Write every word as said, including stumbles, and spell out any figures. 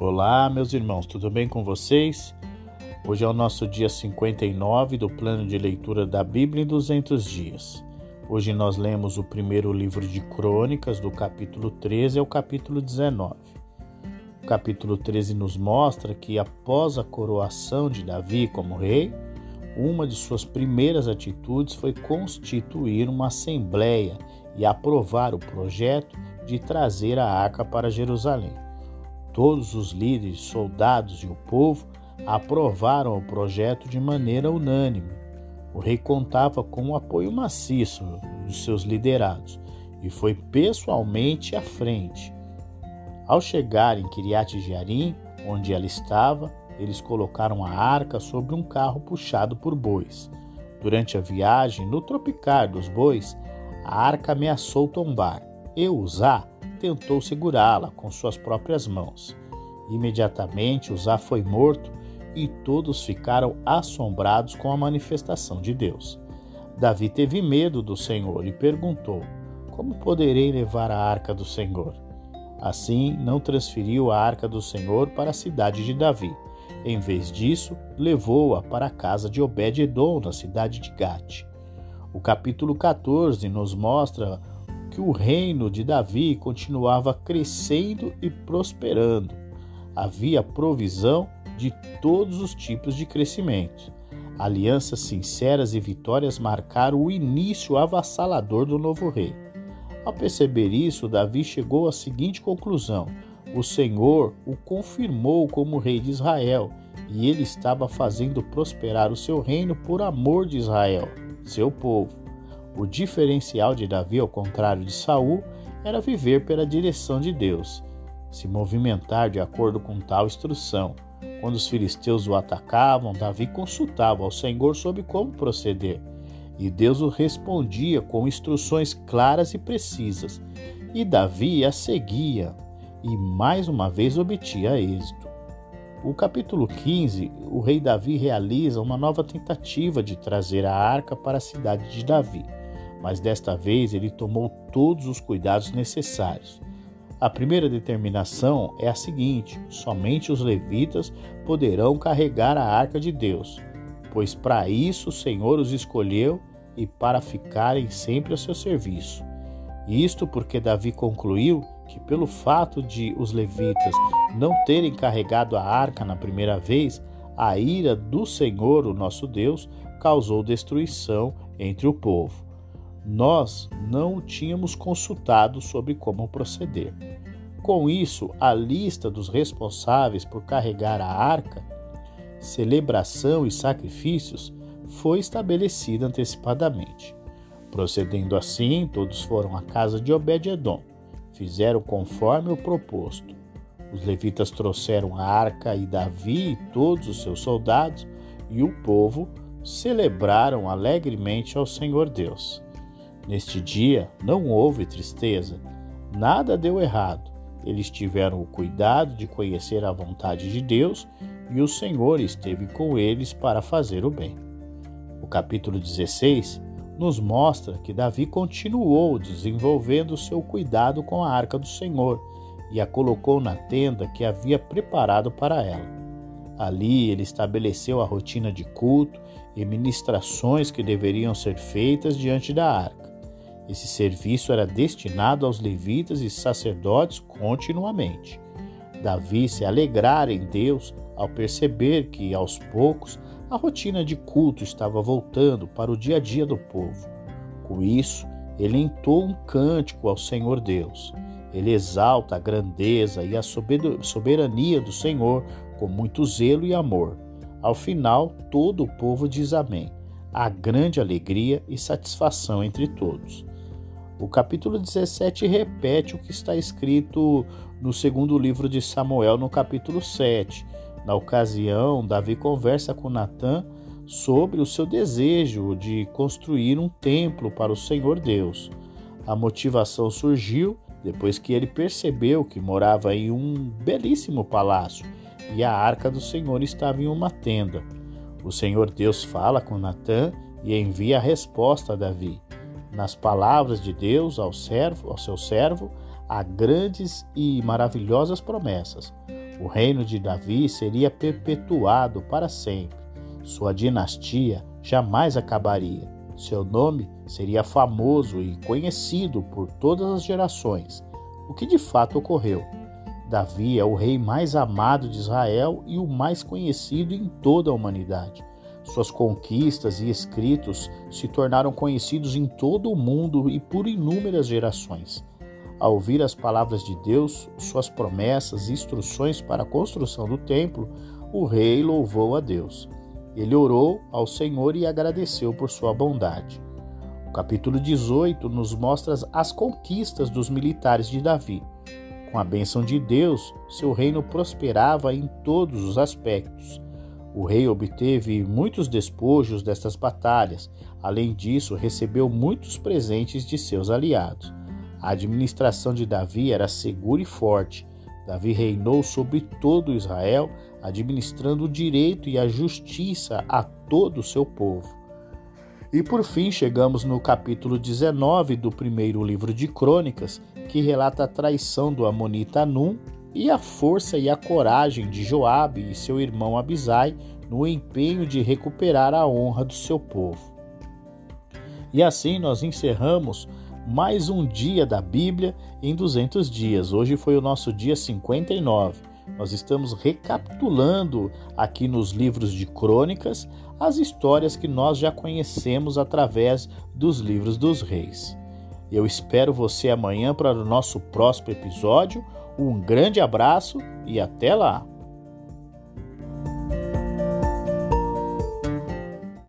Olá, meus irmãos, tudo bem com vocês? Hoje é o nosso dia cinquenta e nove do plano de leitura da Bíblia em duzentos dias. Hoje nós lemos o primeiro livro de Crônicas, do capítulo treze ao capítulo dezenove. O capítulo treze nos mostra que após a coroação de Davi como rei, uma de suas primeiras atitudes foi constituir uma assembleia e aprovar o projeto de trazer a arca para Jerusalém. Todos os líderes, soldados e o povo aprovaram o projeto de maneira unânime. O rei contava com o apoio maciço dos seus liderados e foi pessoalmente à frente. Ao chegar em Kiriat Jearim, onde ela estava, eles colocaram a arca sobre um carro puxado por bois. Durante a viagem, no tropicar dos bois, a arca ameaçou tombar e Uzá tentou segurá-la com suas próprias mãos. Imediatamente, Uzá foi morto e todos ficaram assombrados com a manifestação de Deus. Davi teve medo do Senhor e perguntou: como poderei levar a arca do Senhor? Assim, não transferiu a arca do Senhor para a cidade de Davi. Em vez disso, levou-a para a casa de Obed-edom, na cidade de Gate. O capítulo catorze nos mostra que o reino de Davi continuava crescendo e prosperando. Havia provisão de todos os tipos de crescimento. Alianças sinceras e vitórias marcaram o início avassalador do novo rei. Ao perceber isso, Davi chegou à seguinte conclusão: o Senhor o confirmou como rei de Israel, e ele estava fazendo prosperar o seu reino por amor de Israel, seu povo. O diferencial de Davi, ao contrário de Saul, era viver pela direção de Deus, se movimentar de acordo com tal instrução. Quando os filisteus o atacavam, Davi consultava ao Senhor sobre como proceder, e Deus o respondia com instruções claras e precisas, e Davi as seguia, e mais uma vez obtinha êxito. O capítulo quinze, o rei Davi realiza uma nova tentativa de trazer a arca para a cidade de Davi, mas desta vez ele tomou todos os cuidados necessários. A primeira determinação é a seguinte: somente os levitas poderão carregar a arca de Deus, pois para isso o Senhor os escolheu e para ficarem sempre a seu serviço. Isto porque Davi concluiu que, pelo fato de os levitas não terem carregado a arca na primeira vez, a ira do Senhor, o nosso Deus, causou destruição entre o povo. Nós não o tínhamos consultado sobre como proceder. Com isso, a lista dos responsáveis por carregar a arca, celebração e sacrifícios foi estabelecida antecipadamente. Procedendo assim, todos foram à casa de Obed-edom. Fizeram conforme o proposto. Os levitas trouxeram a arca e Davi e todos os seus soldados, e o povo celebraram alegremente ao Senhor Deus. Neste dia não houve tristeza, nada deu errado. Eles tiveram o cuidado de conhecer a vontade de Deus e o Senhor esteve com eles para fazer o bem. O capítulo dezesseis nos mostra que Davi continuou desenvolvendo seu cuidado com a arca do Senhor e a colocou na tenda que havia preparado para ela. Ali ele estabeleceu a rotina de culto e ministrações que deveriam ser feitas diante da arca. Esse serviço era destinado aos levitas e sacerdotes continuamente. Davi se alegrara em Deus ao perceber que, aos poucos, a rotina de culto estava voltando para o dia a dia do povo. Com isso, ele entoa um cântico ao Senhor Deus. Ele exalta a grandeza e a soberania do Senhor com muito zelo e amor. Ao final, todo o povo diz amém. Há grande alegria e satisfação entre todos. O capítulo dezessete repete o que está escrito no segundo livro de Samuel, no capítulo sete. Na ocasião, Davi conversa com Natã sobre o seu desejo de construir um templo para o Senhor Deus. A motivação surgiu depois que ele percebeu que morava em um belíssimo palácio e a arca do Senhor estava em uma tenda. O Senhor Deus fala com Natã e envia a resposta a Davi. Nas palavras de Deus ao servo, ao seu servo, há grandes e maravilhosas promessas. O reino de Davi seria perpetuado para sempre. Sua dinastia jamais acabaria. Seu nome seria famoso e conhecido por todas as gerações, o que de fato ocorreu. Davi é o rei mais amado de Israel e o mais conhecido em toda a humanidade. Suas conquistas e escritos se tornaram conhecidos em todo o mundo e por inúmeras gerações. Ao ouvir as palavras de Deus, suas promessas e instruções para a construção do templo, o rei louvou a Deus. Ele orou ao Senhor e agradeceu por sua bondade. O capítulo dezoito nos mostra as conquistas dos militares de Davi. Com a bênção de Deus, seu reino prosperava em todos os aspectos. O rei obteve muitos despojos destas batalhas. Além disso, recebeu muitos presentes de seus aliados. A administração de Davi era segura e forte. Davi reinou sobre todo Israel, administrando o direito e a justiça a todo o seu povo. E por fim chegamos no capítulo dezenove do primeiro livro de Crônicas, que relata a traição do amonita Anum e a força e a coragem de Joabe e seu irmão Abisai no empenho de recuperar a honra do seu povo. E assim nós encerramos mais um dia da Bíblia em duzentos dias. Hoje foi o nosso dia cinquenta e nove. Nós estamos recapitulando aqui nos livros de Crônicas as histórias que nós já conhecemos através dos livros dos reis. Eu espero você amanhã para o nosso próximo episódio. Um grande abraço e até lá!